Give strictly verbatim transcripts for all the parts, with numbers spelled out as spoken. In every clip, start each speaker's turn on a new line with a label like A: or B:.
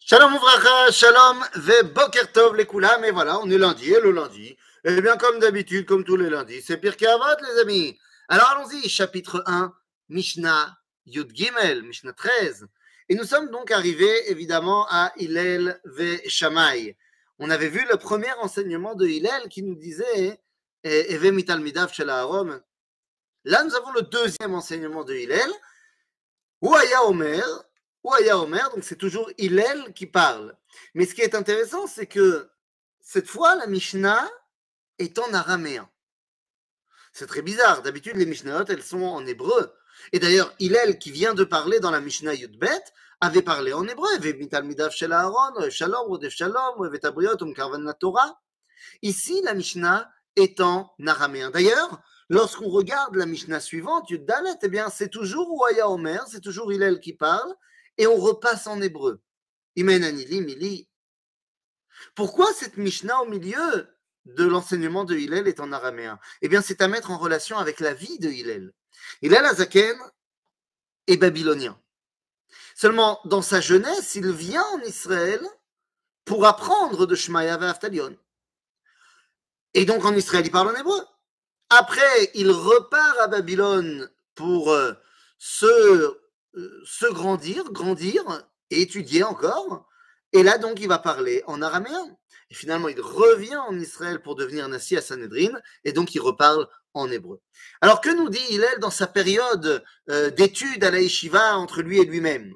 A: Shalom Ouvracha, Shalom ve Boker Tov les Koulam, et voilà, on est lundi, et le lundi, et bien comme d'habitude, comme tous les lundis, c'est Pirkei Avot les amis. Alors allons-y, chapitre un, Mishnah Yud Gimel, Mishnah treize. Et nous sommes donc arrivés évidemment à Hillel ve Shammai. On avait vu le premier enseignement de Hillel qui nous disait Eve mitalmidav shel Aaron. Là nous avons le deuxième enseignement de Hillel, où Aya Omer, ou Aya Omer, donc c'est toujours Hillel qui parle. Mais ce qui est intéressant, c'est que cette fois, la Mishnah est en araméen. C'est très bizarre. D'habitude, les Mishnahot, elles sont en hébreu. Et d'ailleurs, Hillel, qui vient de parler dans la Mishnah Yudbet, avait parlé en hébreu. Ici, la Mishnah est en araméen. D'ailleurs, lorsqu'on regarde la Mishnah suivante, Yuddalet, eh bien, c'est toujours Ouaya Omer, c'est toujours Hillel qui parle, et on repasse en hébreu. Imen anili mili. Pourquoi cette Mishnah au milieu de l'enseignement de Hillel est en araméen? Eh bien, c'est à mettre en relation avec la vie de Hillel. Hillel Hazaken est babylonien. Seulement, dans sa jeunesse, il vient en Israël pour apprendre de Shmaya ve'Aftalion. Et donc, en Israël, il parle en hébreu. Après, il repart à Babylone pour euh, se, euh, se grandir, grandir et étudier encore. Et là, donc, il va parler en araméen. Et finalement, il revient en Israël pour devenir Nassi à Sanhedrin, et donc il reparle en hébreu. Alors, que nous dit Hillel dans sa période euh, d'études à la yeshiva entre lui et lui-même?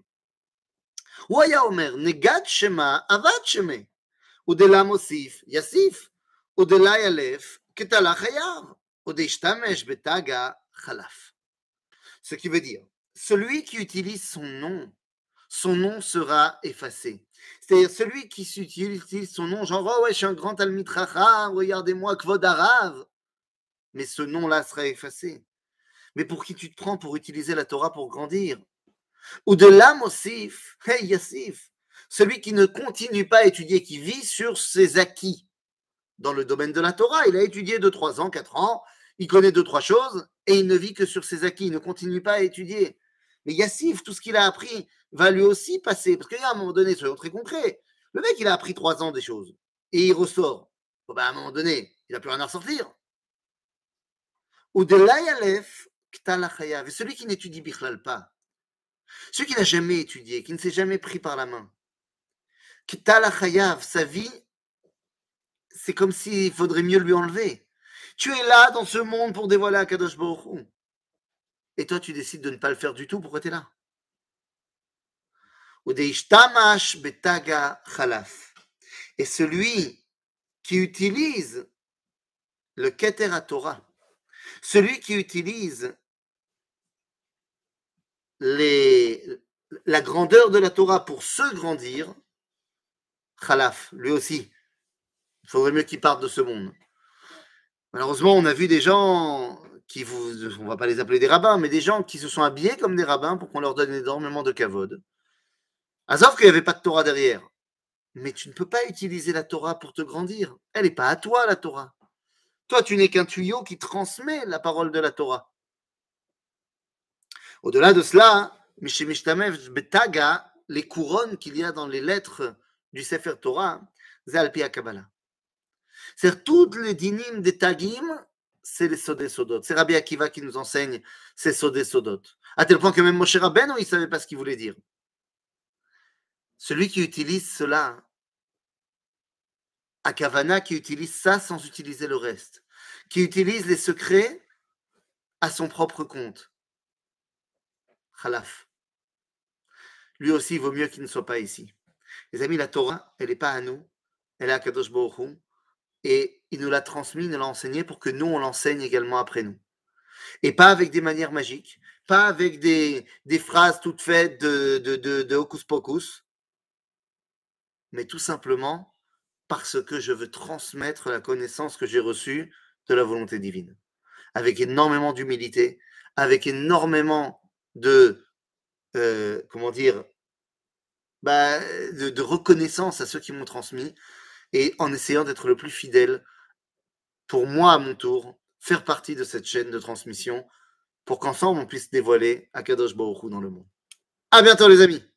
A: Ouaya Omer, Negat Shema, Avad Sheme, Udela Mosif, Yassif, Udela Yalef, Ketala Chayav, Udeshtamesh Betaga Chalaf. Ce qui veut dire, celui qui utilise son nom, son nom sera effacé. C'est-à-dire celui qui utilise son nom, genre, oh ouais, je suis un grand Talmid Chacham, regardez-moi, Kvod Arav. Mais ce nom-là sera effacé. Mais pour qui tu te prends pour utiliser la Torah pour grandir? Ou de l'âme Osif, hey Yassif, celui qui ne continue pas à étudier, qui vit sur ses acquis. Dans le domaine de la Torah, il a étudié deux, trois ans, quatre ans, il connaît deux, trois choses, et il ne vit que sur ses acquis, il ne continue pas à étudier. Mais Yassif, tout ce qu'il a appris va lui aussi passer. Parce qu'à un moment donné, soyons très concrets, le mec, il a appris trois ans des choses, et il ressort. Bon, ben, à un moment donné, il n'a plus rien à ressortir. Ou de l'ayalef, ktalachayav, et celui qui n'étudie bichlal pas, celui qui n'a jamais étudié, qui ne s'est jamais pris par la main, ktalachayav, sa vie, c'est comme s'il faudrait mieux lui enlever. Tu es là dans ce monde pour dévoiler Akadosh Baruch Hu. Et toi, tu décides de ne pas le faire du tout. Pourquoi tu es là? Et celui qui utilise le Keter HaTorah, celui qui utilise les, la grandeur de la Torah pour se grandir, Khalaf, lui aussi, il faudrait mieux qu'il parte de ce monde. Malheureusement, on a vu des gens qui, vous, on ne va pas les appeler des rabbins, mais des gens qui se sont habillés comme des rabbins pour qu'on leur donne énormément de kavod. Sauf qu'il n'y avait pas de Torah derrière. Mais tu ne peux pas utiliser la Torah pour te grandir. Elle n'est pas à toi, la Torah. Toi, tu n'es qu'un tuyau qui transmet la parole de la Torah. Au-delà de cela, Betaga, les couronnes qu'il y a dans les lettres du Sefer Torah, c'est Alpi HaKabbalah. C'est-à-dire, toutes les dinim des Tagim, c'est les Sodé Sodot. C'est Rabbi Akiva qui nous enseigne ces Sodé Sodot. À tel point que même Moshe Rabbeinu, il ne savait pas ce qu'il voulait dire. Celui qui utilise cela, Akavana, qui utilise ça sans utiliser le reste, qui utilise les secrets à son propre compte. Khalaf. Lui aussi, il vaut mieux qu'il ne soit pas ici. Les amis, la Torah, elle n'est pas à nous, elle est à Kadosh Baruch Hu, et il nous l'a transmis, il nous l'a enseigné pour que nous, on l'enseigne également après nous. Et pas avec des manières magiques, pas avec des, des phrases toutes faites de, de, de, de hocus pocus, mais tout simplement parce que je veux transmettre la connaissance que j'ai reçue de la volonté divine. Avec énormément d'humilité, avec énormément de, euh, comment dire, bah, de, de reconnaissance à ceux qui m'ont transmis, et en essayant d'être le plus fidèle pour moi, à mon tour, faire partie de cette chaîne de transmission, pour qu'ensemble on puisse dévoiler Akadosh Baruch Hu dans le monde. À bientôt les amis!